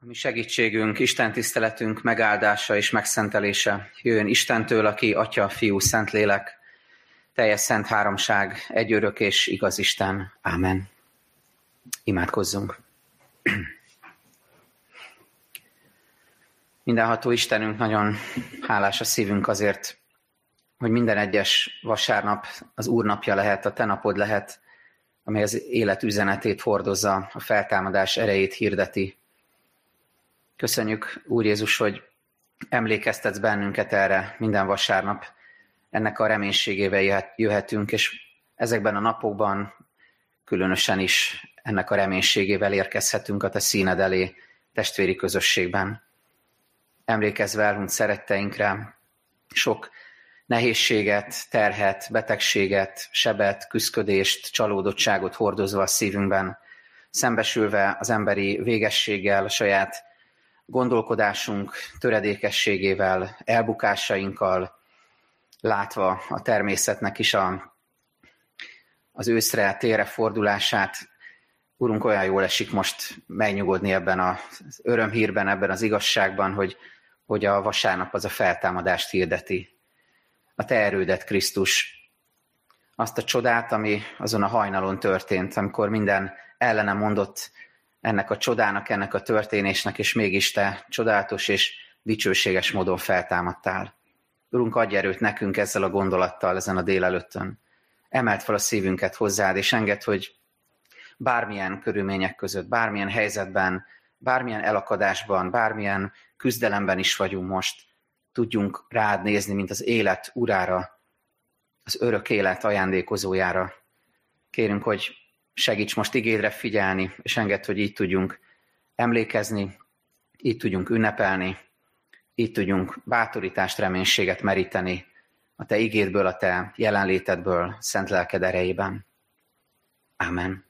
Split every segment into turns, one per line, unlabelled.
A mi segítségünk, Isten tiszteletünk megáldása és megszentelése jöjjön Istentől, aki Atya, Fiú, Szentlélek, teljes szent háromság, egy örök és igaz Isten. Ámen. Imádkozzunk. Mindenható Istenünk, nagyon hálás a szívünk azért, hogy minden egyes vasárnap az Úr napja lehet, a Te napod lehet, amely az élet üzenetét hordozza, a feltámadás erejét hirdeti. Köszönjük, Úr Jézus, hogy emlékeztetsz bennünket erre minden vasárnap. Ennek a reménységével jöhetünk, és ezekben a napokban különösen is ennek a reménységével érkezhetünk a Te színed elé testvéri közösségben. Emlékezve elhunyt szeretteinkre, sok nehézséget, terhet, betegséget, sebet, küszködést, csalódottságot hordozva a szívünkben, szembesülve az emberi végességgel, a saját gondolkodásunk töredékességével, elbukásainkkal, látva a természetnek is az őszre, térre fordulását. Urunk, olyan jól esik most megnyugodni ebben az örömhírben, ebben az igazságban, hogy a vasárnap az a feltámadást hirdeti. A Te erődet, Krisztus, azt a csodát, ami azon a hajnalon történt, amikor minden ellene mondott ennek a csodának, ennek a történésnek, és mégis Te csodálatos és dicsőséges módon feltámadtál. Urunk, adj erőt nekünk ezzel a gondolattal ezen a délelőttön. Emeld fel a szívünket hozzád, és engedd, hogy bármilyen körülmények között, bármilyen helyzetben, bármilyen elakadásban, bármilyen küzdelemben is vagyunk most, tudjunk rád nézni, mint az élet urára, az örök élet ajándékozójára. Kérünk, hogy segíts most igédre figyelni, és engedd, hogy így tudjunk emlékezni, így tudjunk ünnepelni, így tudjunk bátorítást, reménységet meríteni a Te igédből, a Te jelenlétedből, szent lelked erejében. Ámen.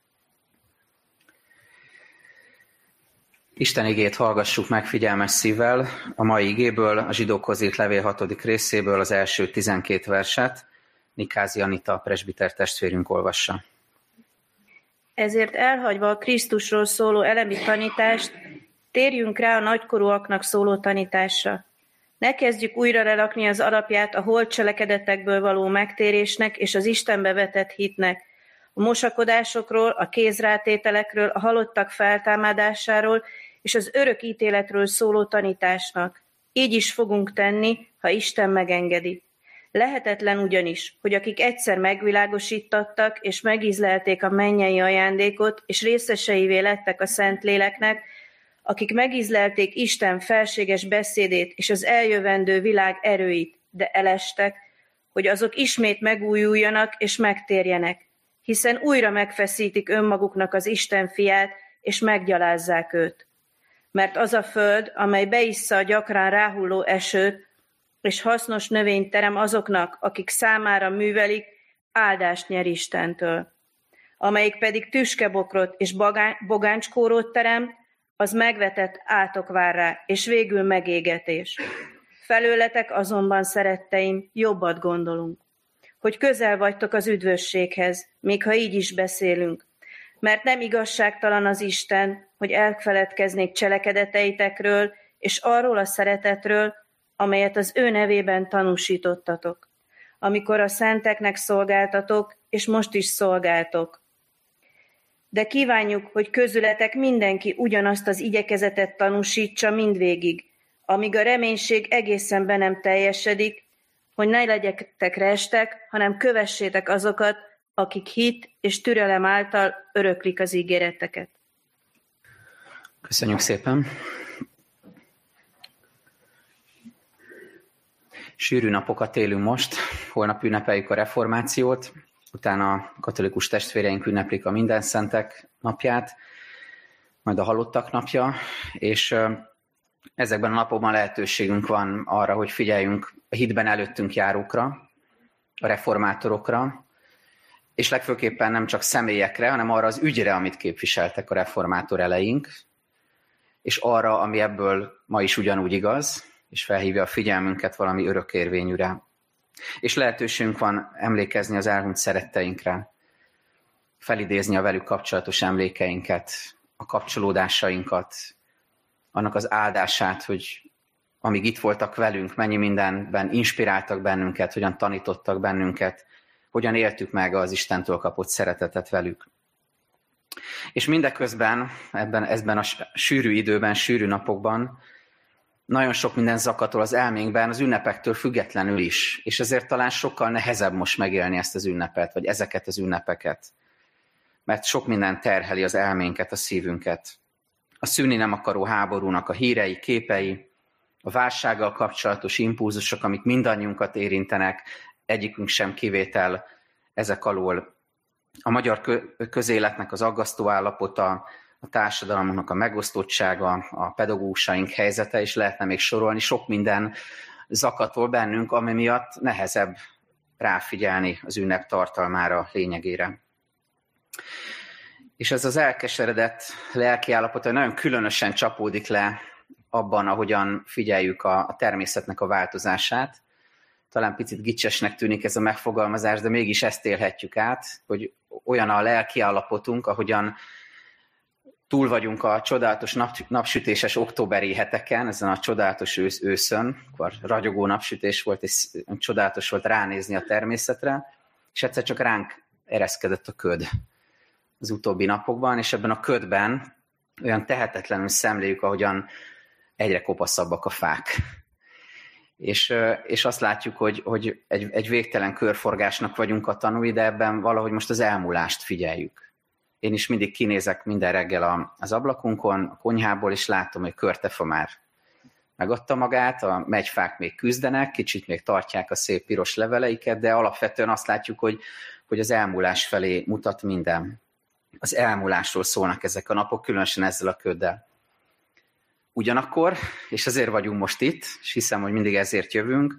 Isten igét hallgassuk meg figyelmes szívvel, a mai igéből, a Zsidókhoz írt levél 6. részéből az első 12 verset Nikázi Anita presbiter testvérünk olvassa.
Ezért elhagyva a Krisztusról szóló elemi tanítást, térjünk rá a nagykorúaknak szóló tanításra. Ne kezdjük újra lerakni az alapját a holt cselekedetekből való megtérésnek és az Istenbe vetett hitnek, a mosakodásokról, a kézrátételekről, a halottak feltámadásáról és az örök ítéletről szóló tanításnak. Így is fogunk tenni, ha Isten megengedi. Lehetetlen ugyanis, hogy akik egyszer megvilágosítattak és megízlelték a mennyei ajándékot, és részeseivé lettek a Szentléleknek, akik megízlelték Isten felséges beszédét és az eljövendő világ erőit, de elestek, hogy azok ismét megújuljanak és megtérjenek, hiszen újra megfeszítik önmaguknak az Isten fiát, és meggyalázzák őt. Mert az a föld, amely beissza a gyakran ráhulló esőt, és hasznos növényt terem azoknak, akik számára művelik, áldást nyer Istentől. Amelyik pedig tüskebokrot és bogáncskórót terem, az megvetett átok vár rá, és végül megégetés. Felőletek azonban, szeretteim, jobbat gondolunk, hogy közel vagytok az üdvösséghez, még ha így is beszélünk. Mert nem igazságtalan az Isten, hogy elfeledkeznék cselekedeteitekről, és arról a szeretetről, amelyet az ő nevében tanúsítottatok, amikor a szenteknek szolgáltatok, és most is szolgáltok. De kívánjuk, hogy közületek mindenki ugyanazt az igyekezetet tanúsítsa mindvégig, amíg a reménység egészen be nem teljesedik, hogy ne legyetek restek, hanem kövessétek azokat, akik hit és türelem által öröklik az ígéreteket.
Köszönjük szépen! Sűrű napokat élünk most, holnap ünnepeljük a reformációt, utána a katolikus testvéreink ünneplik a Mindenszentek napját, majd a halottak napja, és ezekben a napokban lehetőségünk van arra, hogy figyeljünk a hitben előttünk járókra, a reformátorokra, és legfőképpen nem csak személyekre, hanem arra az ügyre, amit képviseltek a reformátor eleink, és arra, ami ebből ma is ugyanúgy igaz, és felhívja a figyelmünket valami örökérvényűre. És lehetőségünk van emlékezni az elhunyt szeretteinkre, felidézni a velük kapcsolatos emlékeinket, a kapcsolódásainkat, annak az áldását, hogy amíg itt voltak velünk, mennyi mindenben inspiráltak bennünket, hogyan tanítottak bennünket, hogyan éltük meg az Istentől kapott szeretetet velük. És mindeközben ebben a sűrű időben, sűrű napokban nagyon sok minden zakatol az elménkben, az ünnepektől függetlenül is, és ezért talán sokkal nehezebb most megélni ezt az ünnepet, vagy ezeket az ünnepeket, mert sok minden terheli az elménket, a szívünket. A szűnni nem akaró háborúnak a hírei, képei, a válsággal kapcsolatos impulzusok, amik mindannyiunkat érintenek, egyikünk sem kivétel ezek alól. A magyar közéletnek az aggasztó állapota, a társadalmunknak a megosztottsága, a pedagógusaink helyzete, és lehetne még sorolni, sok minden zakatol bennünk, ami miatt nehezebb ráfigyelni az ünnep tartalmára, lényegére. És ez az elkeseredett lelkiállapot nagyon különösen csapódik le abban, ahogyan figyeljük a természetnek a változását. Talán picit gicsesnek tűnik ez a megfogalmazás, de mégis ezt élhetjük át, hogy olyan a lelkiállapotunk, ahogyan túl vagyunk a csodálatos napsütéses októberi heteken, ezen a csodálatos őszön, akkor ragyogó napsütés volt, és csodálatos volt ránézni a természetre, és egyszer csak ránk ereszkedett a köd az utóbbi napokban, és ebben a ködben olyan tehetetlenül szemléljük, ahogyan egyre kopaszabbak a fák. És azt látjuk, hogy egy végtelen körforgásnak vagyunk a tanúi, de ebben valahogy most az elmúlást figyeljük. Én is mindig kinézek minden reggel az ablakunkon, a konyhából, és látom, hogy körtefa már megadta magát, a megyfák még küzdenek, kicsit még tartják a szép piros leveleiket, de alapvetően azt látjuk, hogy az elmúlás felé mutat minden. Az elmúlásról szólnak ezek a napok, különösen ezzel a köddel. Ugyanakkor, és ezért vagyunk most itt, és hiszem, hogy mindig ezért jövünk,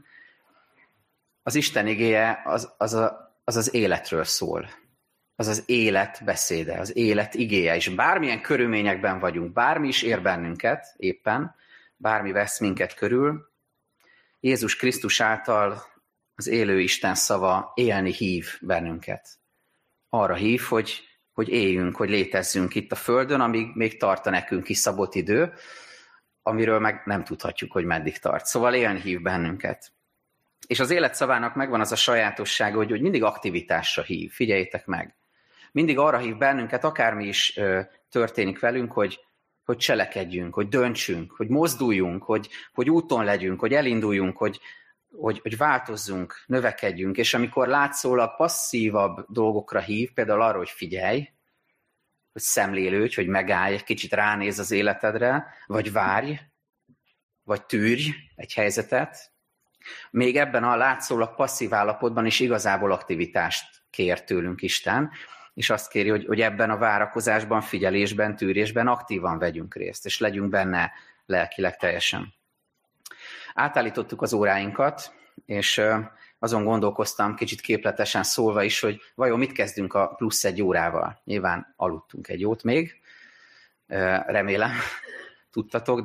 az Isten igéje az életről szól. Az az élet beszéde, az élet igéje. És bármilyen körülményekben vagyunk, bármi is ér bennünket éppen, bármi vesz minket körül, Jézus Krisztus által az élő Isten szava élni hív bennünket. Arra hív, hogy éljünk, hogy létezzünk itt a Földön, amíg még tart a nekünk kiszabott idő, amiről meg nem tudhatjuk, hogy meddig tart. Szóval élni hív bennünket. És az élet szavának megvan az a sajátossága, hogy mindig aktivitásra hív. Figyeljétek meg. Mindig arra hív bennünket, akármi is történik velünk, hogy cselekedjünk, hogy döntsünk, hogy mozduljunk, hogy úton legyünk, hogy elinduljunk, hogy változzunk, növekedjünk. És amikor látszólag passzívabb dolgokra hív, például arra, hogy figyelj, hogy szemlélődj, hogy megállj, egy kicsit ránéz az életedre, vagy várj, vagy tűrj egy helyzetet, még ebben a látszólag passzív állapotban is igazából aktivitást kér tőlünk Isten, és azt kéri, hogy ebben a várakozásban, figyelésben, tűrésben aktívan vegyünk részt, és legyünk benne lelkileg teljesen. Átállítottuk az óráinkat, és azon gondolkoztam, kicsit képletesen szólva is, hogy vajon mit kezdünk a plusz egy órával. Nyilván aludtunk egy jót még, remélem, tudtatok,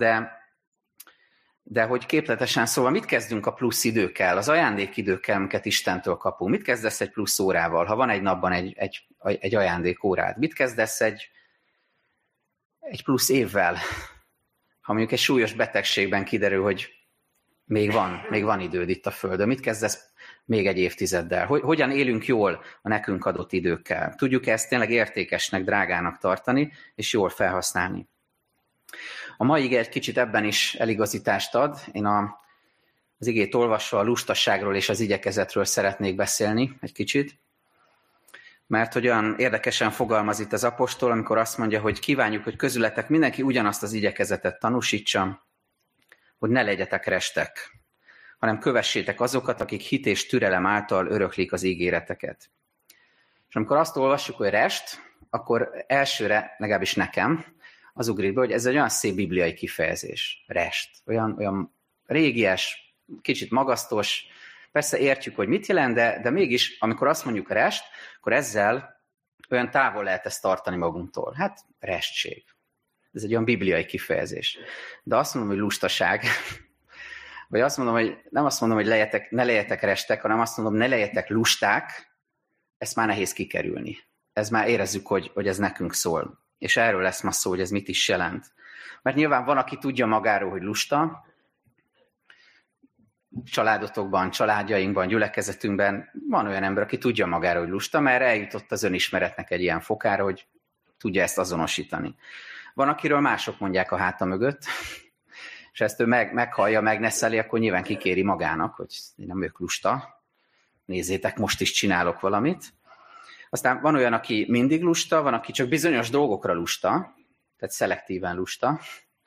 de hogy képletesen szólva, mit kezdünk a plusz időkkel, az ajándékidőkkel, amiket Istentől kapunk? Mit kezdesz egy plusz órával, ha van egy napban egy ajándékórád? Mit kezdesz egy plusz évvel, ha mondjuk egy súlyos betegségben kiderül, hogy még van időd itt a Földön? Mit kezdesz még egy évtizeddel? Hogyan élünk jól a nekünk adott időkkel? Tudjuk ezt tényleg értékesnek, drágának tartani, és jól felhasználni? A mai ige egy kicsit ebben is eligazítást ad. Én az igét olvasva a lustaságról és az igyekezetről szeretnék beszélni egy kicsit, mert olyan érdekesen fogalmaz itt az apostol, amikor azt mondja, hogy kívánjuk, hogy közületek mindenki ugyanazt az igyekezetet tanúsítsa, hogy ne legyetek restek, hanem kövessétek azokat, akik hit és türelem által öröklik az ígéreteket. És amikor azt olvassuk, hogy rest, akkor elsőre, legalábbis nekem, az ugrik be, hogy ez egy olyan szép bibliai kifejezés. Rest. Olyan régies, kicsit magasztos. Persze értjük, hogy mit jelent, de mégis, amikor azt mondjuk rest, akkor ezzel olyan távol lehet ezt tartani magunktól. Hát restség. Ez egy olyan bibliai kifejezés. De azt mondom, hogy lustaság, vagy azt mondom, hogy nem azt mondom, hogy ne legyetek restek, hanem azt mondom, ne legyetek lusták, ezt már nehéz kikerülni. Ez már érezzük, hogy ez nekünk szól. És erről lesz ma szó, hogy ez mit is jelent. Mert nyilván van, aki tudja magáról, hogy lusta, családotokban, családjainkban, gyülekezetünkben van olyan ember, aki tudja magáról, hogy lusta, mert eljutott az önismeretnek egy ilyen fokára, hogy tudja ezt azonosítani. Van, akiről mások mondják a háta mögött, és ezt ő meghallja, megneszeli, akkor nyilván kikéri magának, hogy nem vagyok lusta, nézzétek, most is csinálok valamit. Aztán van olyan, aki mindig lusta, van, aki csak bizonyos dolgokra lusta, tehát szelektíven lusta.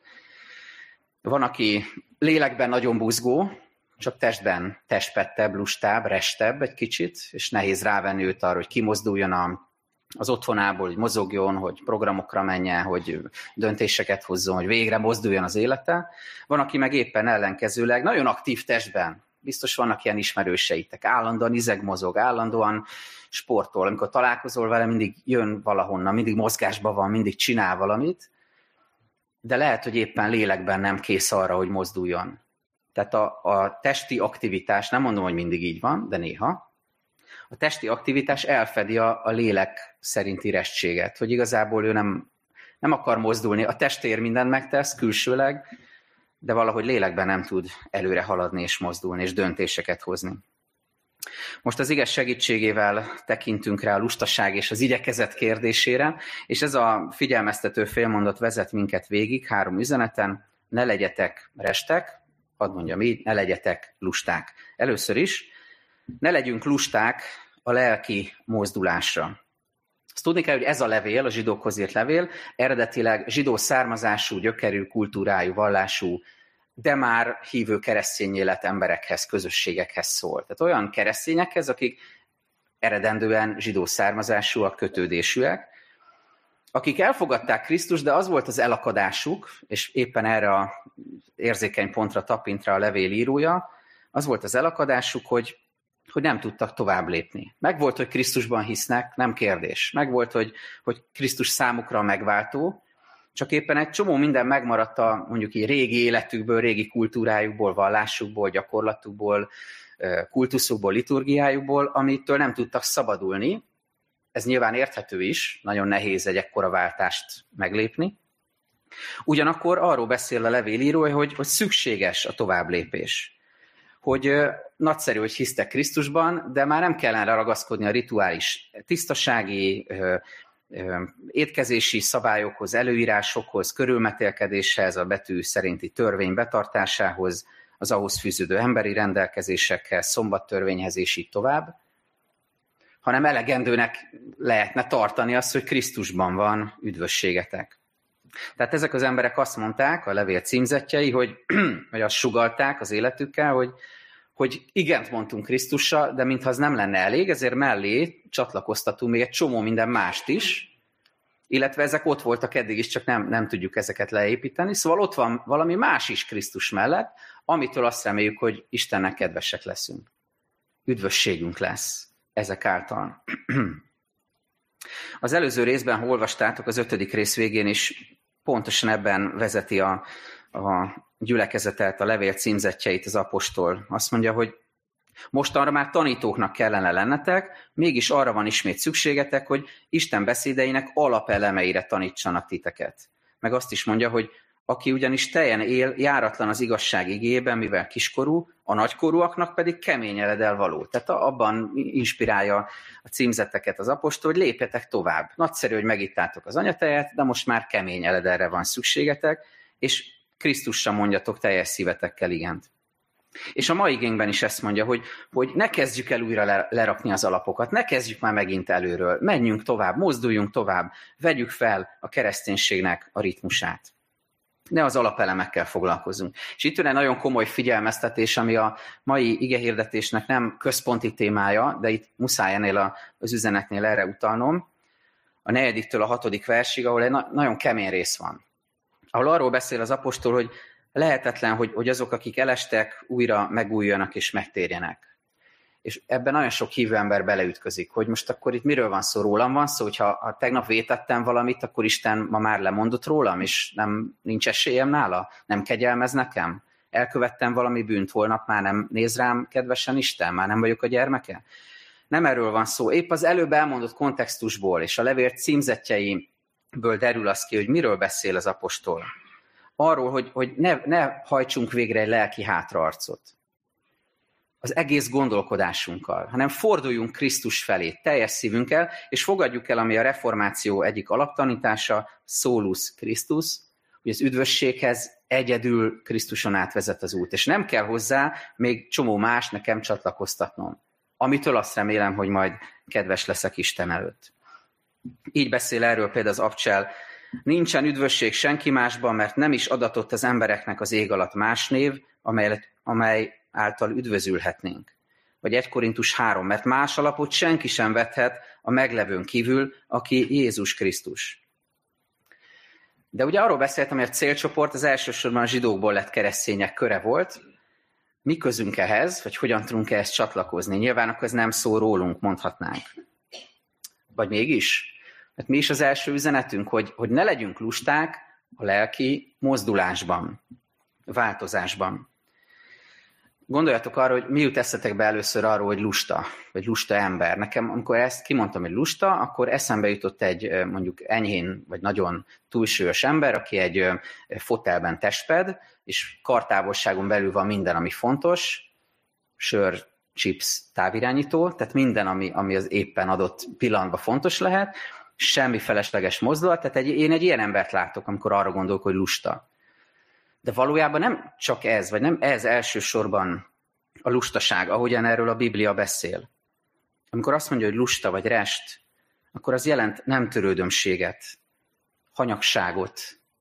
Van, aki lélekben nagyon buzgó, csak testben testpettebb, lustább, restebb egy kicsit, és nehéz rávenni őt arra, hogy kimozduljon az otthonából, hogy mozogjon, hogy programokra menjen, hogy döntéseket hozzon, hogy végre mozduljon az élete. Van, aki meg éppen ellenkezőleg nagyon aktív testben. Biztos vannak ilyen ismerőseitek. Állandóan izegmozog, állandóan sportol. Amikor találkozol vele, mindig jön valahonnan, mindig mozgásban van, mindig csinál valamit, de lehet, hogy éppen lélekben nem kész arra, hogy mozduljon. Tehát a testi aktivitás, nem mondom, hogy mindig így van, de néha, a testi aktivitás elfedi a lélek szerinti restséget, hogy igazából ő nem akar mozdulni. A testér mindent megtesz külsőleg, de valahogy lélekben nem tud előre haladni és mozdulni, és döntéseket hozni. Most az ige segítségével tekintünk rá a lustaság és az igyekezet kérdésére, és ez a figyelmeztető félmondat vezet minket végig 3 üzeneten: ne legyetek restek, hadd mondjam így, ne legyetek lusták. Először is, ne legyünk lusták a lelki mozdulásra. Azt tudni kell, hogy ez a levél, a zsidókhoz írt levél, eredetileg zsidó származású, gyökerű, kultúrájú, vallású, de már hívő keresztény élet emberekhez, közösségekhez szól. Tehát olyan keresztényekhez, akik eredendően zsidó származásúak, kötődésűek, akik elfogadták Krisztust, de az volt az elakadásuk, és éppen erre az érzékeny pontra tapint rá a levél írója, az volt az elakadásuk, hogy nem tudtak tovább lépni. Megvolt, hogy Krisztusban hisznek, nem kérdés. Megvolt, hogy Krisztus számukra a megváltó, csak éppen egy csomó minden megmaradt a mondjuk így régi életükből, régi kultúrájukból, vallásukból, gyakorlatukból, kultuszukból, liturgiájukból, amitől nem tudtak szabadulni. Ez nyilván érthető is, nagyon nehéz egy ekkora váltást meglépni. Ugyanakkor arról beszél a levélírója, hogy szükséges a továbblépés. Hogy nagyszerű, hogy hisztek Krisztusban, de már nem kellene ragaszkodni a rituális tisztasági, étkezési szabályokhoz, előírásokhoz, körülmetélkedéshez, a betű szerinti törvény betartásához, az ahhoz fűződő emberi rendelkezésekhez, szombattörvényhez és így tovább, hanem elegendőnek lehetne tartani azt, hogy Krisztusban van üdvösségetek. Tehát ezek az emberek azt mondták, a levél címzettjei, hogy azt sugallták az életükkel, hogy igent mondtunk Krisztussal, de mintha az nem lenne elég, ezért mellé csatlakoztatunk még egy csomó minden mást is, illetve ezek ott voltak eddig is, csak nem tudjuk ezeket leépíteni. Szóval ott van valami más is Krisztus mellett, amitől azt reméljük, hogy Istennek kedvesek leszünk. Üdvösségünk lesz ezek által. Az előző részben, ha olvastátok, az 5. rész végén is pontosan ebben vezeti a gyülekezetet, a levél címzettjeit az apostol. Azt mondja, hogy mostanra már tanítóknak kellene lennetek, mégis arra van ismét szükségetek, hogy Isten beszédeinek alapelemeire tanítsanak titeket. Meg azt is mondja, hogy aki ugyanis teljen él, járatlan az igazság igéjében, mivel kiskorú, a nagykorúaknak pedig kemény eledel való. Tehát abban inspirálja a címzeteket az apostol, hogy lépjetek tovább. Nagyszerű, hogy megittátok az anyatejet, de most már kemény eledelre van szükségetek, és Krisztusra mondjatok teljes szívetekkel igent. És a mai igényben is ezt mondja, hogy ne kezdjük el újra lerakni az alapokat, ne kezdjük már megint előről, menjünk tovább, mozduljunk tovább, vegyük fel a kereszténységnek a ritmusát. Ne az alapelemekkel foglalkozunk. És itt jön egy nagyon komoly figyelmeztetés, ami a mai igehirdetésnek nem központi témája, de itt muszáj ennél az üzenetnél erre utalnom, a 4-től a 6. versig, ahol egy nagyon kemény rész van. Ahol arról beszél az apostol, hogy lehetetlen, hogy azok, akik elestek, újra megújjanak és megtérjenek. És ebben nagyon sok hívő ember beleütközik, hogy most akkor itt miről van szó, rólam van szó, hogyha tegnap vétettem valamit, akkor Isten ma már lemondott rólam, és nincs esélyem nála, nem kegyelmez nekem. Elkövettem valami bűnt, holnap már nem néz rám kedvesen Isten, már nem vagyok a gyermeke. Nem erről van szó. Épp az előbb elmondott kontextusból és a levél címzettjeiből derül az ki, hogy miről beszél az apostol. arról, hogy ne hajtsunk végre egy lelki hátraarcot az egész gondolkodásunkkal, hanem forduljunk Krisztus felé teljes szívünkkel, és fogadjuk el, ami a reformáció egyik alaptanítása, solus Christus, hogy az üdvösséghez egyedül Krisztuson átvezet az út, és nem kell hozzá még csomó más nekem csatlakoztatnom, amitől azt remélem, hogy majd kedves leszek Isten előtt. Így beszél erről például az Abcsel: nincsen üdvösség senki másban, mert nem is adatott az embereknek az ég alatt más név, amely által üdvözülhetnénk. Vagy 1 Korintus 3, mert más alapot senki sem vethet a meglevőn kívül, aki Jézus Krisztus. De ugye arról beszéltem, hogy a célcsoport az elsősorban a zsidókból lett keresztények köre volt. Mi közünk ehhez, vagy hogyan tudunk ehhez csatlakozni? Nyilván akkor ez nem szól rólunk, mondhatnánk. Vagy mégis? Mert mi is az első üzenetünk, hogy ne legyünk lusták a lelki mozdulásban, változásban. Gondoljatok arra, hogy mi jut eszetekbe először arról, hogy lusta, vagy lusta ember. Nekem, amikor ezt kimondtam, hogy lusta, akkor eszembe jutott egy mondjuk enyhén, vagy nagyon túlsúlyos ember, aki egy fotelben testped, és kartávolságon belül van minden, ami fontos, sör, chips, távirányító, tehát minden, ami az éppen adott pillanatban fontos lehet, semmi felesleges mozdulat, tehát én egy ilyen embert látok, amikor arra gondolok, hogy lusta. De valójában nem csak ez, vagy nem ez elsősorban a lustaság, ahogyan erről a Biblia beszél. Amikor azt mondja, hogy lusta vagy rest, akkor az jelent nem törődömséget, hanyagságot,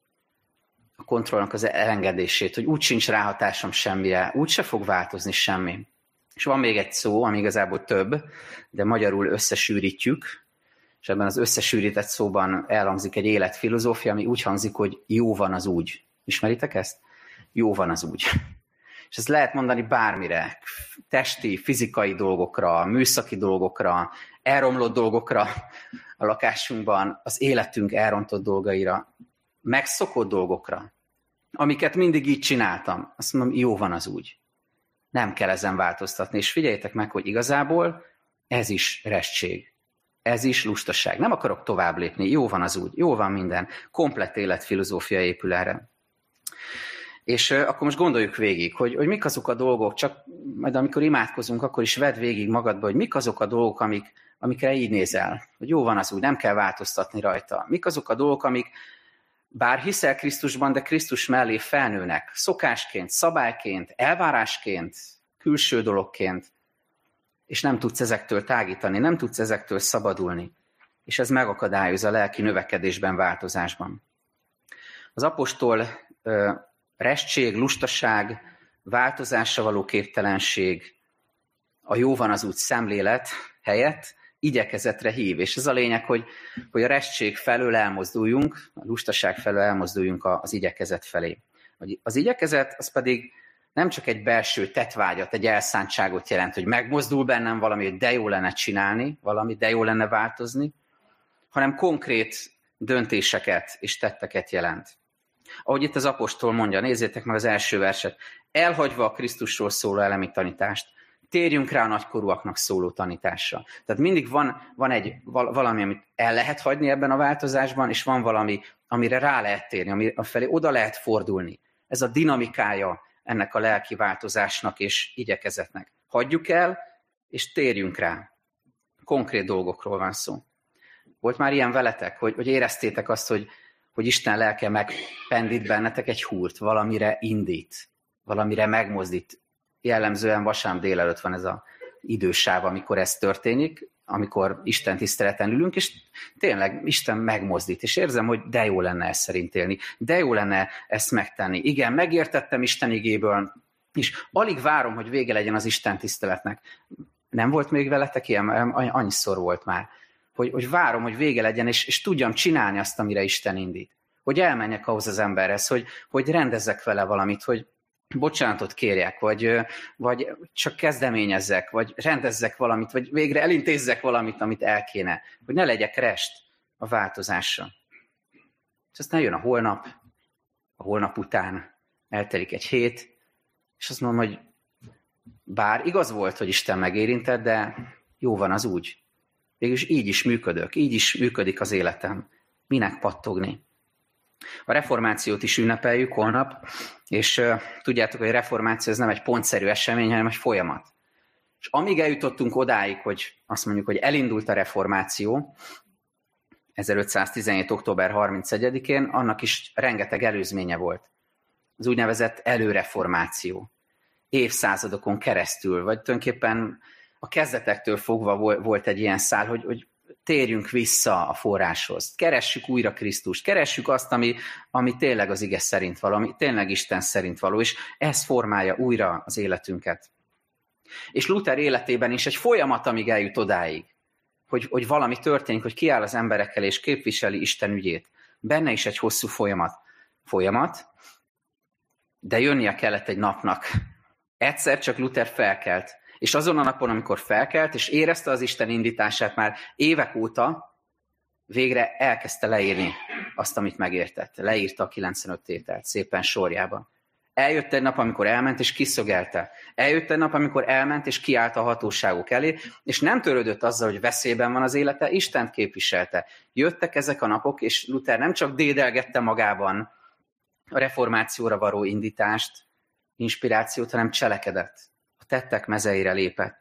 a kontrollnak az elengedését, hogy úgy sincs ráhatásom semmire, úgy se fog változni semmi. És van még egy szó, ami igazából több, de magyarul összesűrítjük, és ebben az összesűrített szóban elhangzik egy életfilozófia, ami úgy hangzik, hogy jó van az úgy. Ismeritek ezt? Jó van az úgy. És ezt lehet mondani bármire, testi, fizikai dolgokra, műszaki dolgokra, elromlott dolgokra a lakásunkban, az életünk elrontott dolgaira, megszokott dolgokra, amiket mindig így csináltam. Azt mondom, jó van az úgy. Nem kell ezen változtatni. És figyeljétek meg, hogy igazából ez is restség. Ez is lustaság. Nem akarok tovább lépni. Jó van az úgy. Jó van minden. Komplett életfilozófia épül erre. És akkor most gondoljuk végig, hogy mik azok a dolgok, csak majd amikor imádkozunk, akkor is vedd végig magadba, hogy mik azok a dolgok, amikre így nézel. Hogy jó van az úgy, nem kell változtatni rajta. Mik azok a dolgok, amik bár hiszel Krisztusban, de Krisztus mellé felnőnek. Szokásként, szabályként, elvárásként, külső dologként. És nem tudsz ezektől tágítani, nem tudsz ezektől szabadulni. És ez megakadályoz a lelki növekedésben, változásban. Az apostol restség, lustaság, változásra való képtelenség, a jó van az úgy szemlélet helyett igyekezetre hív. És ez a lényeg, hogy a restség felől elmozduljunk, a lustaság felől elmozduljunk az igyekezet felé. Az igyekezet az pedig nem csak egy belső tettvágyat, egy elszántságot jelent, hogy megmozdul bennem valami, hogy de jó lenne csinálni, valami, de jó lenne változni, hanem konkrét döntéseket és tetteket jelent. Ahogy itt az apostol mondja, nézzétek meg az első verset. Elhagyva a Krisztusról szóló elemi tanítást, térjünk rá a nagykorúaknak szóló tanításra. Tehát mindig van egy valami, amit el lehet hagyni ebben a változásban, és van valami, amire rá lehet térni, afelé oda lehet fordulni. Ez a dinamikája ennek a lelki változásnak és igyekezetnek. Hagyjuk el, és térjünk rá. Konkrét dolgokról van szó. Volt már ilyen veletek, hogy éreztétek azt, hogy Isten lelke megpendít bennetek egy húrt, valamire indít, valamire megmozdít. Jellemzően vasárnap délelőtt van ez az idősáv, amikor ez történik, amikor Isten tiszteleten ülünk, és tényleg Isten megmozdít, és érzem, hogy de jó lenne ezt szerint élni, de jó lenne ezt megtenni. Igen, megértettem Isten igéből, és alig várom, hogy vége legyen az Isten tiszteletnek. Nem volt még veletek ilyen? Annyiszor volt már. Hogy várom, hogy vége legyen, és tudjam csinálni azt, amire Isten indít. Hogy elmenjek ahhoz az emberhez, hogy rendezzek vele valamit, hogy bocsánatot kérjek, vagy csak kezdeményezzek, vagy rendezzek valamit, vagy végre elintézzek valamit, amit el kéne. Hogy ne legyek rest a változásra. És aztán jön a holnap után eltelik egy hét, és azt mondom, hogy bár igaz volt, hogy Isten megérintett, de jó van az úgy. Végülis így is működök, így is működik az életem. Minek pattogni? A reformációt is ünnepeljük holnap, és tudjátok, hogy a reformáció ez nem egy pontszerű esemény, hanem egy folyamat. És amíg eljutottunk odáig, hogy azt mondjuk, hogy elindult a reformáció, 1517. október 31-én, annak is rengeteg előzménye volt. Az úgynevezett előreformáció. Évszázadokon keresztül, vagy tulajdonképpen a kezdetektől fogva volt egy ilyen szál, hogy térjünk vissza a forráshoz. Keressük újra Krisztust, keressük azt, ami tényleg az ige szerint való, ami tényleg Isten szerint való, és ez formálja újra az életünket. És Luther életében is egy folyamat, amíg eljut odáig, hogy valami történik, hogy kiáll az emberekkel és képviseli Isten ügyét. Benne is egy hosszú folyamat, de jönnie kellett egy napnak. Egyszer csak Luther felkelt, és azon a napon, amikor felkelt, és érezte az Isten indítását már évek óta, végre elkezdte leírni azt, amit megértett. Leírta a 95 tételt szépen sorjában. Eljött egy nap, amikor elment, és kiszögelte. Eljött egy nap, amikor elment, és kiállt a hatóságok elé, és nem törődött azzal, hogy veszélyben van az élete, Istent képviselte. Jöttek ezek a napok, és Luther nem csak dédelgette magában a reformációra való indítást, inspirációt, hanem cselekedett. A tettek mezeire lépett.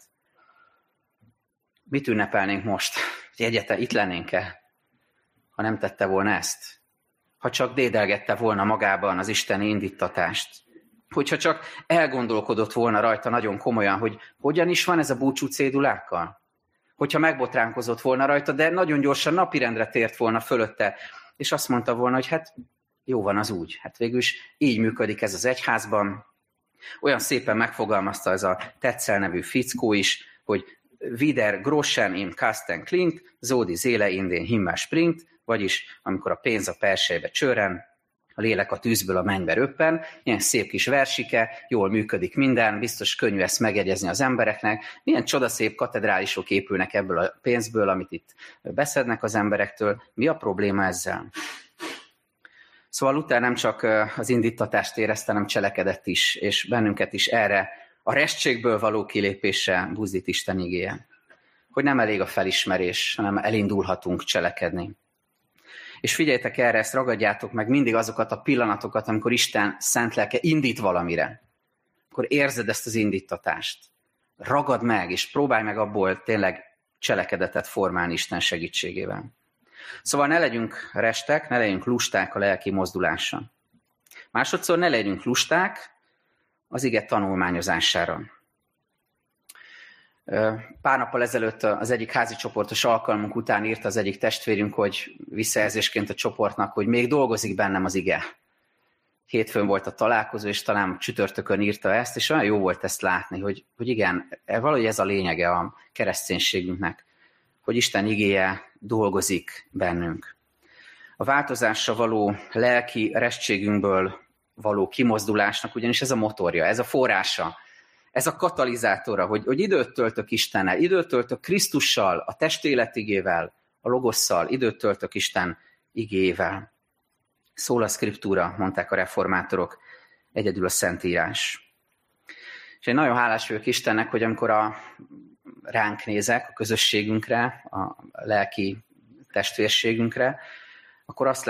Mit ünnepelnénk most? Hogy egyáltalán itt lennénk-e, ha nem tette volna ezt? Ha csak dédelgette volna magában az isteni indítatást. Hogyha csak elgondolkodott volna rajta nagyon komolyan, hogy hogyan is van ez a búcsú cédulákkal. Hogyha megbotránkozott volna rajta, de nagyon gyorsan napirendre tért volna fölötte, és azt mondta volna, hogy hát jó van az úgy. Hát végül is így működik ez az egyházban. Olyan szépen megfogalmazta ez a Tetzel nevű fickó is, hogy wieder groschen im Kasten klingt, so die Seele in den Himmel springt, vagyis amikor a pénz a persejbe csörren, a lélek a tűzből a mennybe röppen, ilyen szép kis versike, jól működik minden, biztos könnyű ezt megjegyezni az embereknek, milyen csodaszép katedrálisok épülnek ebből a pénzből, amit itt beszednek az emberektől, mi a probléma ezzel? Szóval Luther nem csak az indítatást érezte, hanem cselekedett is, és bennünket is erre a restségből való kilépésre buzdít Isten igéje. Hogy nem elég a felismerés, hanem elindulhatunk cselekedni. És figyeljetek erre, ezt ragadjátok meg mindig azokat a pillanatokat, amikor Isten szent lelke indít valamire. Akkor érzed ezt az indítatást. Ragad meg, és próbálj meg abból tényleg cselekedetet formálni Isten segítségével. Szóval ne legyünk restek, ne legyünk lusták a lelki mozdulásra. Másodszor ne legyünk lusták az ige tanulmányozására. Pár nappal ezelőtt az egyik házi csoportos alkalmunk után írt az egyik testvérünk, hogy visszajelzésként a csoportnak, hogy még dolgozik bennem az ige. Hétfőn volt a találkozó, és talán csütörtökön írta ezt, és olyan jó volt ezt látni, hogy igen, valahogy ez a lényege a kereszténységünknek, hogy Isten igéje dolgozik bennünk. A változásra való lelki restségünkből való kimozdulásnak ugyanis ez a motorja, ez a forrása, ez a katalizátora, hogy időt töltök Istennel, időt töltök Krisztussal, a testélet igével, a logosszal, időt töltök Isten igével. Szól a szkriptúra, mondták a reformátorok, egyedül a Szentírás. És én nagyon hálás vagyok Istennek, hogy amikor ránk nézek, a közösségünkre, a lelki testvérségünkre, akkor azt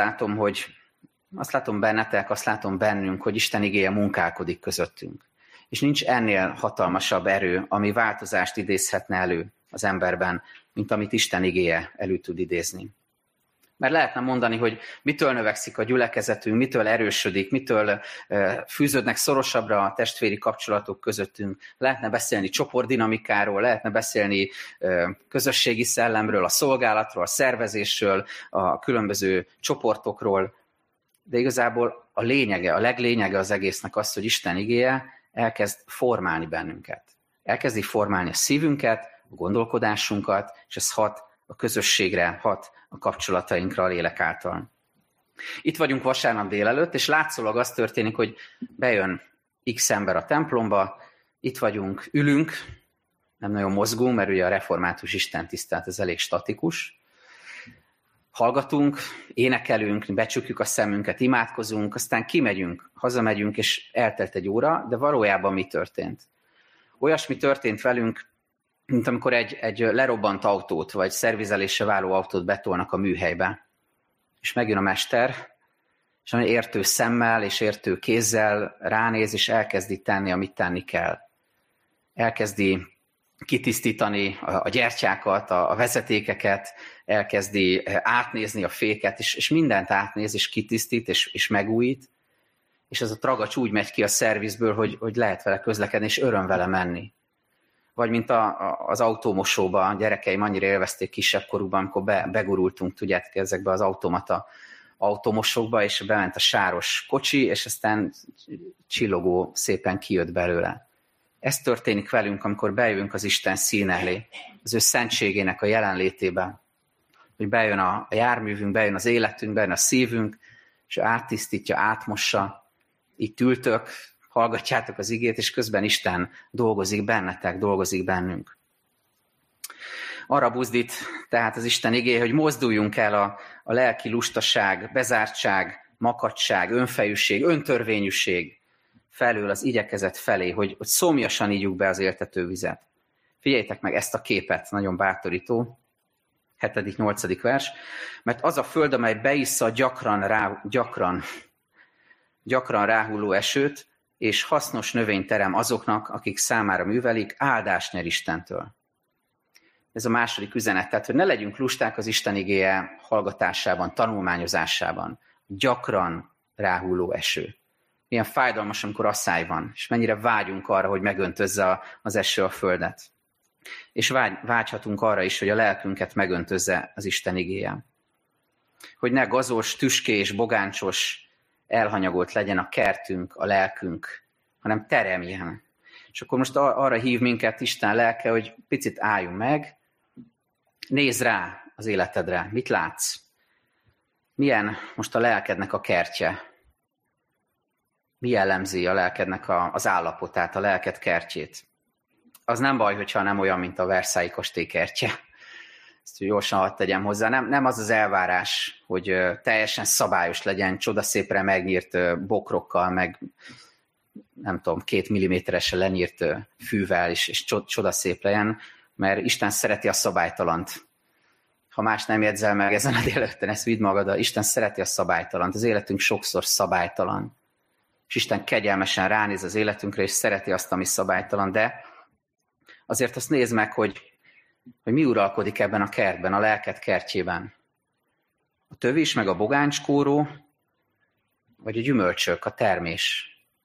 látom bennetek, azt látom bennünk, hogy Isten igéje munkálkodik közöttünk. És nincs ennél hatalmasabb erő, ami változást idézhetne elő az emberben, mint amit Isten igéje elő tud idézni. Mert lehetne mondani, hogy mitől növekszik a gyülekezetünk, mitől erősödik, mitől fűződnek szorosabbra a testvéri kapcsolatok közöttünk. Lehetne beszélni csoportdinamikáról, lehetne beszélni közösségi szellemről, a szolgálatról, a szervezésről, a különböző csoportokról. De igazából a leglényege az egésznek az, hogy Isten igéje elkezd formálni bennünket. Elkezdi formálni a szívünket, a gondolkodásunkat, és ez hat a közösségre, hat a kapcsolatainkra a lélek által. Itt vagyunk vasárnap délelőtt, és látszólag az történik, hogy bejön X ember a templomba, itt vagyunk, ülünk, nem nagyon mozgunk, mert ugye a református istentisztelet ez elég statikus. Hallgatunk, énekelünk, becsukjuk a szemünket, imádkozunk, aztán kimegyünk, hazamegyünk, és eltelt egy óra, de valójában mi történt? Olyasmi történt velünk, mint amikor egy lerobbant autót, vagy szervizelésre váló autót betolnak a műhelybe. És megjön a mester, és nagyon értő szemmel és értő kézzel ránéz, és elkezdi tenni, amit tenni kell. Elkezdi kitisztítani a gyertyákat, a vezetékeket, elkezdi átnézni a féket, és mindent átnéz, és kitisztít, és megújít, és ez a tragacs úgy megy ki a szervizből, hogy lehet vele közlekedni, és öröm vele menni. Vagy mint az autómosóba, a gyerekeim annyira élvezték kisebb korúban, amikor begurultunk, tudjátok, ezekbe az automata automosókba, és bement a sáros kocsi, és aztán csillogó szépen kijött belőle. Ez történik velünk, amikor bejövünk az Isten szín elé, az ő szentségének a jelenlétében, hogy bejön a járművünk, bejön az életünk, bejön a szívünk, és áttisztítja, átmossa. Itt ültök, hallgatjátok az igét, és közben Isten dolgozik bennetek, dolgozik bennünk. Arra buzdít tehát az Isten igéje, hogy mozduljunk el a lelki lustaság, bezártság, makadság, önfejűség, öntörvényűség felől az igyekezet felé, hogy szomjasan ígyjuk be az éltető vizet. Figyeljétek meg ezt a képet, nagyon bátorító, 7.-8. vers, mert az a föld, amely beissza a gyakran ráhulló esőt, és hasznos növényt terem azoknak, akik számára művelik, áldást nyer Istentől. Ez a második üzenet, tehát, hogy ne legyünk lusták az Isten igéje hallgatásában, tanulmányozásában. Gyakran ráhulló eső. Milyen fájdalmas, amikor asszály van, és mennyire vágyunk arra, hogy megöntözze az eső a földet. És vágyhatunk arra is, hogy a lelkünket megöntözze az Isten igéje. Hogy ne gazos, tüskés, bogáncsos, elhanyagolt legyen a kertünk, a lelkünk, hanem teremjen. És akkor most arra hív minket Isten lelke, hogy picit álljunk meg, nézz rá az életedre, mit látsz? Milyen most a lelkednek a kertje? Mi jellemzi a lelkednek az állapotát, a lelked kertjét? Az nem baj, hogyha nem olyan, mint a Versailles kastély kertje. Ezt gyorsan hadd tegyem hozzá. Nem az az elvárás, hogy teljesen szabályos legyen, csodaszépre megnyírt bokrokkal, meg nem tudom, 2 milliméteresen lenyírt fűvel, és csodaszép legyen, mert Isten szereti a szabálytalant. Ha más nem jegyzel meg ezen a délelőtten, ezt vidd magaddal, Isten szereti a szabálytalant. Az életünk sokszor szabálytalan. És Isten kegyelmesen ránéz az életünkre, és szereti azt, ami szabálytalan, de azért azt nézd meg, hogy mi uralkodik ebben a kertben, a lelked kertjében. A tövis, meg a bogáncskóró, vagy a gyümölcsök, a termés,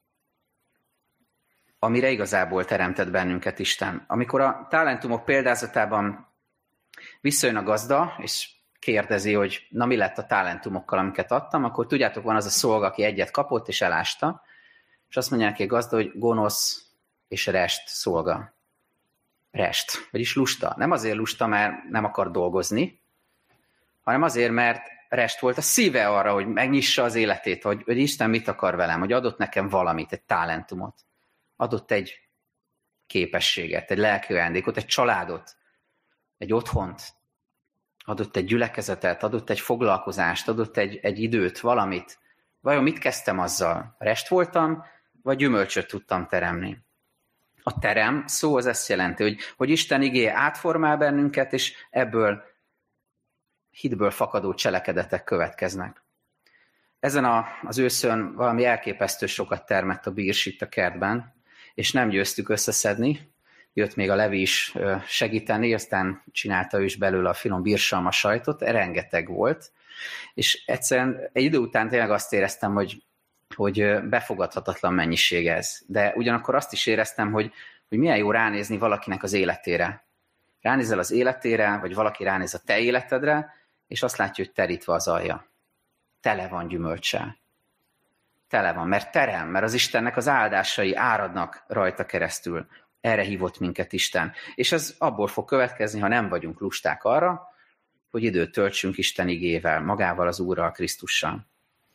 amire igazából teremtett bennünket Isten. Amikor a talentumok példázatában visszajön a gazda, és kérdezi, hogy na mi lett a talentumokkal, amiket adtam, akkor tudjátok, van az a szolga, aki egyet kapott, és elásta, és azt mondja neki a gazda, hogy gonosz és rest szolga. Rest, vagyis lusta. Nem azért lusta, mert nem akar dolgozni, hanem azért, mert rest volt a szíve arra, hogy megnyissa az életét, hogy Isten mit akar velem, hogy adott nekem valamit, egy talentumot. Adott egy képességet, egy lelki ajándékot, egy családot, egy otthont, adott egy gyülekezetet, adott egy foglalkozást, adott egy időt, valamit. Vajon mit kezdtem azzal? Rest voltam, vagy gyümölcsöt tudtam teremni? A terem szó az ezt jelenti, hogy Isten igéje átformál bennünket, és ebből hitből fakadó cselekedetek következnek. Ezen az őszön valami elképesztő sokat termett a bírs itt a kertben, és nem győztük összeszedni. Jött még a Levi is segíteni, aztán csinálta ő is belőle a finom bírsalma sajtot, rengeteg volt. És egyszerűen egy idő után tényleg azt éreztem, hogy befogadhatatlan mennyiség ez. De ugyanakkor azt is éreztem, hogy milyen jó ránézni valakinek az életére. Ránézel az életére, vagy valaki ránéz a te életedre, és azt látja, hogy terítve az alja. Tele van gyümölcse. Tele van, mert terem, mert az Istennek az áldásai áradnak rajta keresztül. Erre hívott minket Isten. És ez abból fog következni, ha nem vagyunk lusták arra, hogy időt töltsünk Isten igével, magával az Úrral, Krisztussal.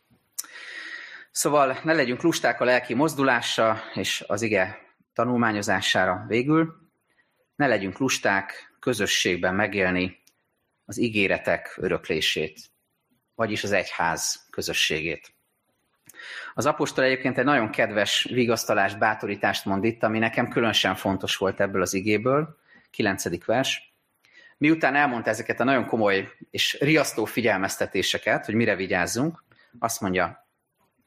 Szóval ne legyünk lusták a lelki mozdulásra és az ige tanulmányozására végül. Ne legyünk lusták közösségben megélni az ígéretek öröklését, vagyis az egyház közösségét. Az apostol egyébként egy nagyon kedves vigasztalást, bátorítást mond itt, ami nekem különösen fontos volt ebből az igéből, 9. vers. Miután elmondta ezeket a nagyon komoly és riasztó figyelmeztetéseket, hogy mire vigyázzunk, azt mondja,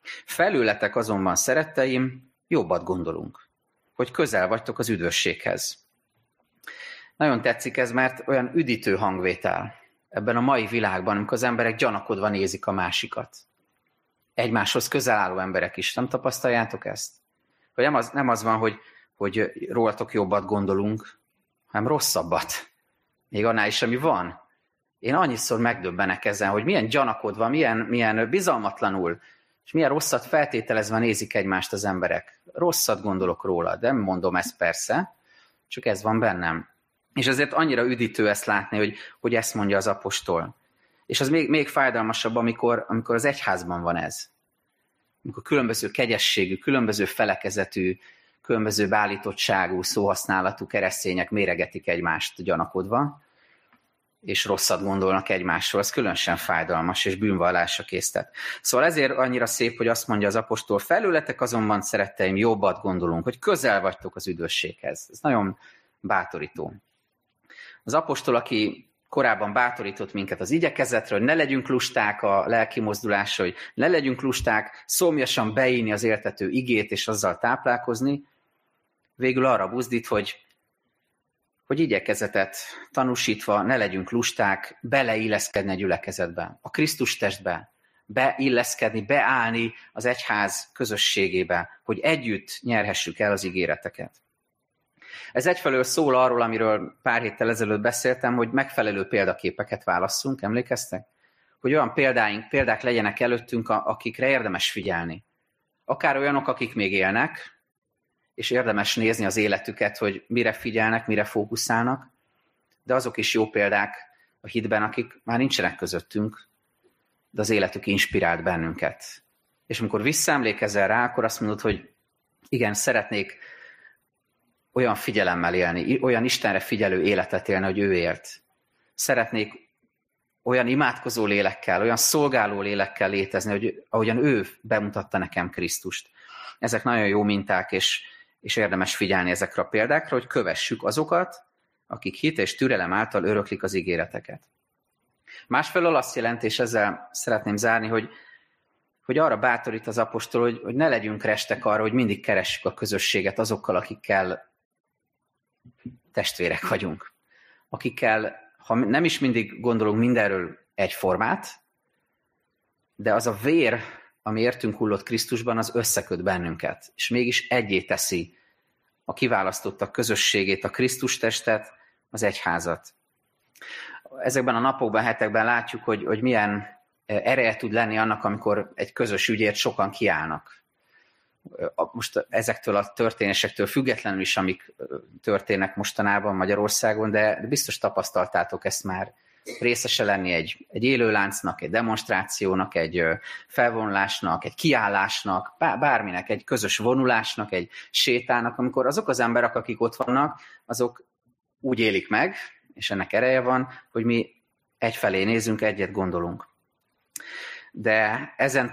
Felőletek azonban, szeretteim, jobbat gondolunk, hogy közel vagytok az üdvösséghez. Nagyon tetszik ez, mert olyan üdítő hangvétel ebben a mai világban, amikor az emberek gyanakodva nézik a másikat. Egymáshoz közel álló emberek is. Nem tapasztaljátok ezt? Hogy nem az van, hogy rólatok jobbat gondolunk, hanem rosszabbat. Még annál is, ami van. Én annyiszor megdöbbenek ezen, hogy milyen gyanakodva, milyen bizalmatlanul, és milyen rosszat feltételezve nézik egymást az emberek. Rosszat gondolok róla, de nem mondom ezt persze, csak ez van bennem. És ezért annyira üdítő ezt látni, hogy ezt mondja az apostol. És az még fájdalmasabb, amikor az egyházban van ez. Amikor különböző kegyességű, különböző felekezetű, különböző beállítottságú, szóhasználatú keresztények méregetik egymást gyanakodva, és rosszat gondolnak egymásról. Ez különösen fájdalmas, és bűnvallásra késztet. Szóval ezért annyira szép, hogy azt mondja az apostol, felőletek azonban, szeretteim, jobbat gondolunk, hogy közel vagytok az üdvösséghez. Ez nagyon bátorító. Az apostol, aki korábban bátorított minket az igyekezetre, hogy ne legyünk lusták a lelki mozdulásra, hogy ne legyünk lusták szomjasan beírni az éltető igét, és azzal táplálkozni, végül arra buzdít, hogy igyekezetet tanúsítva ne legyünk lusták, beleilleszkedni a gyülekezetbe, a Krisztus testbe, beilleszkedni, beállni az egyház közösségébe, hogy együtt nyerhessük el az ígéreteket. Ez egyfelől szól arról, amiről pár héttel ezelőtt beszéltem, hogy megfelelő példaképeket válasszunk, emlékeztek? Hogy olyan példák legyenek előttünk, akikre érdemes figyelni. Akár olyanok, akik még élnek, és érdemes nézni az életüket, hogy mire figyelnek, mire fókuszálnak, de azok is jó példák a hitben, akik már nincsenek közöttünk, de az életük inspirált bennünket. És amikor visszaemlékezel rá, akkor azt mondod, hogy igen, szeretnék olyan figyelemmel élni, olyan Istenre figyelő életet élni, hogy ő élt. Szeretnék olyan imádkozó lélekkel, olyan szolgáló lélekkel létezni, hogy ahogyan ő bemutatta nekem Krisztust. Ezek nagyon jó minták, és érdemes figyelni ezekre a példákra, hogy kövessük azokat, akik hit és türelem által öröklik az ígéreteket. Másfelől azt jelenti, és ezzel szeretném zárni, hogy arra bátorít az apostol, hogy ne legyünk restek arra, hogy mindig keressük a közösséget azokkal, akikkel testvérek vagyunk. Akikkel, ha nem is mindig gondolunk mindenről egyformát, de az a vér, ami értünk hullott Krisztusban, az összeköt bennünket, és mégis egyé teszi a kiválasztottak közösségét, a Krisztus testet, az egyházat. Ezekben a napokban, hetekben látjuk, hogy milyen ereje tud lenni annak, amikor egy közös ügyért sokan kiállnak. Most ezektől a történésektől függetlenül is, amik történnek mostanában Magyarországon, de biztos tapasztaltátok ezt már, részese lenni egy élőláncnak, egy demonstrációnak, egy felvonulásnak, egy kiállásnak, bárminek, egy közös vonulásnak, egy sétának, amikor azok az emberek, akik ott vannak, azok úgy élik meg, és ennek ereje van, hogy mi egyfelé nézünk, egyet gondolunk. De ezen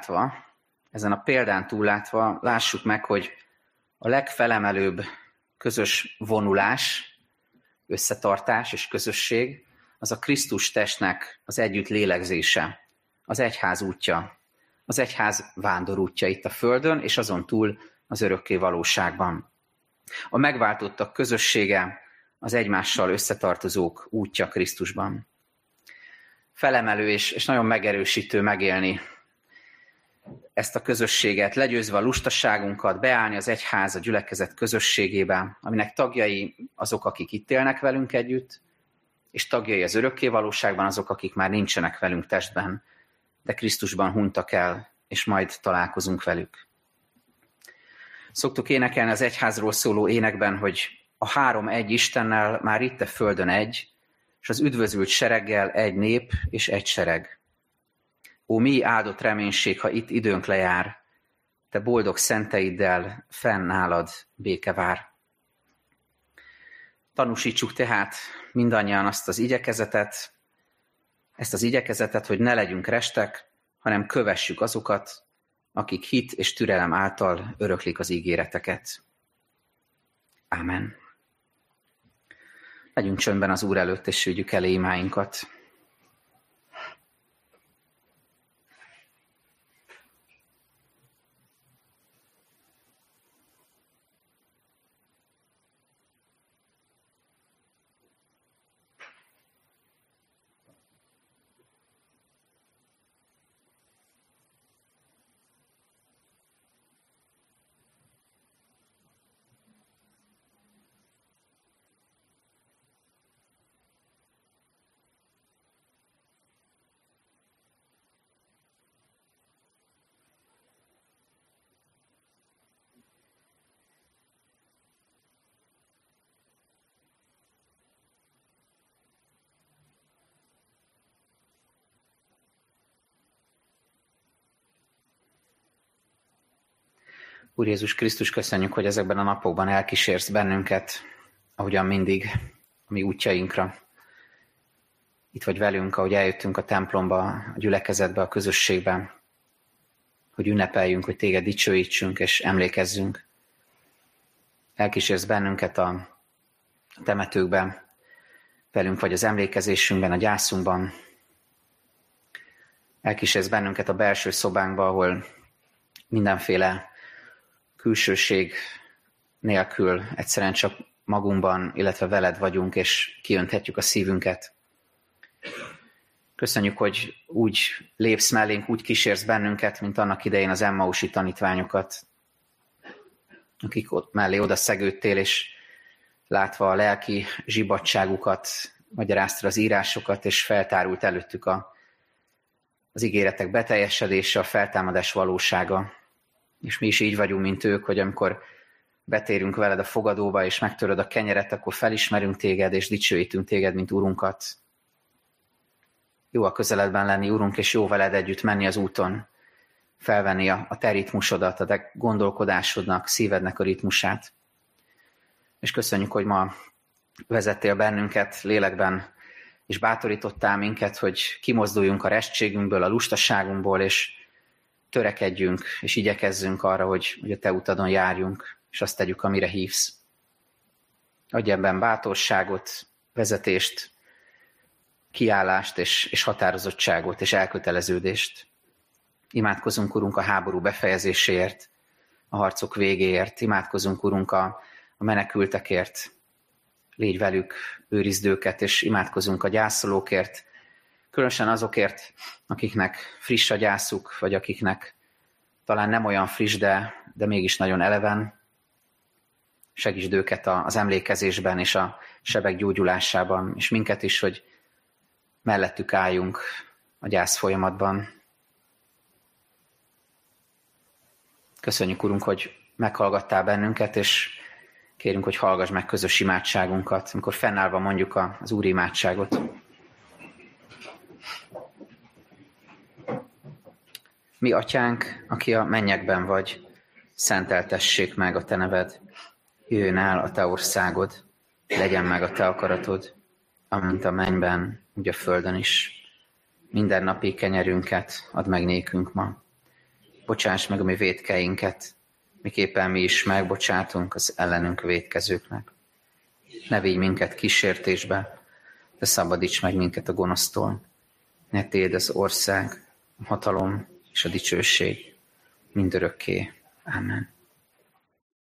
a példán túllátva lássuk meg, hogy a legfelemelőbb közös vonulás, összetartás és közösség, az a Krisztus testnek az együtt lélegzése, az egyház útja, az egyház vándorútja itt a földön, és azon túl az örökké valóságban. A megváltottak közössége, az egymással összetartozók útja Krisztusban. Felemelő és nagyon megerősítő megélni ezt a közösséget, legyőzve a lustaságunkat, beállni az egyház, a gyülekezet közösségébe, aminek tagjai azok, akik itt élnek velünk együtt, és tagjai az örökké valóságban azok, akik már nincsenek velünk testben, de Krisztusban hunytak el, és majd találkozunk velük. Szoktuk énekelni az egyházról szóló énekben, hogy a három egy Istennel már itt a földön egy, és az üdvözült sereggel egy nép és egy sereg. Ó, mi áldott reménység, ha itt időnk lejár, te boldog szenteiddel fenn nálad béke vár. Tanúsítsuk tehát mindannyian ezt az igyekezetet, hogy ne legyünk restek, hanem kövessük azokat, akik hit és türelem által öröklik az ígéreteket. Ámen. Legyünk csöndben az Úr előtt, és vigyük elé imáinkat. Úr Jézus Krisztus, köszönjük, hogy ezekben a napokban elkísérsz bennünket, ahogyan mindig, a mi útjainkra. Itt vagy velünk, ahogy eljöttünk a templomba, a gyülekezetbe, a közösségbe, hogy ünnepeljünk, hogy téged dicsőítsünk és emlékezzünk. Elkísérsz bennünket a temetőkbe, velünk vagy az emlékezésünkben, a gyászunkban. Elkísérsz bennünket a belső szobánkba, ahol mindenféle külsőség nélkül egyszerűen csak magunkban, illetve veled vagyunk, és kiönthetjük a szívünket. Köszönjük, hogy úgy lépsz mellénk, úgy kísérsz bennünket, mint annak idején az Emmausi tanítványokat, akik ott mellé oda szegődtél, és látva a lelki zsibbadságukat, magyaráztad az írásokat, és feltárult előttük az ígéretek beteljesedése, a feltámadás valósága. És mi is így vagyunk, mint ők, hogy amikor betérünk veled a fogadóba, és megtöröd a kenyeret, akkor felismerünk téged, és dicsőítünk téged, mint Urunkat. Jó a közeledben lenni, Urunk, és jó veled együtt menni az úton, felvenni a te ritmusodat, a te gondolkodásodnak, szívednek a ritmusát. És köszönjük, hogy ma vezettél bennünket lélekben, és bátorítottál minket, hogy kimozduljunk a restségünkből, a lustaságunkból, és törekedjünk, és igyekezzünk arra, hogy a te utadon járjunk, és azt tegyük, amire hívsz. Adj ebben bátorságot, vezetést, kiállást, és határozottságot, és elköteleződést. Imádkozunk, Urunk, a háború befejezéséért, a harcok végéért. Imádkozunk, Urunk, a menekültekért. Légy velük, őrizd őket, és imádkozunk a gyászolókért, különösen azokért, akiknek friss a gyászuk, vagy akiknek talán nem olyan friss, de mégis nagyon eleven. Segítsd őket az emlékezésben és a sebek gyógyulásában, és minket is, hogy mellettük álljunk a gyász folyamatban. Köszönjük, Urunk, hogy meghallgattál bennünket, és kérünk, hogy hallgass meg közös imádságunkat, amikor fennállva mondjuk az Úr imádságot. Mi atyánk, aki a mennyekben vagy, szenteltessék meg a te neved. Jöjjön el a te országod, legyen meg a te akaratod, amint a mennyben, úgy a földön is. Minden napi kenyerünket add meg nékünk ma. Bocsáss meg a mi vétkeinket, miképpen mi is megbocsátunk az ellenünk vétkezőknek. Ne vigy minket kísértésbe, de szabadíts meg minket a gonosztól. Ne tédd az ország, a hatalom és a dicsőség mindörökké. Amen.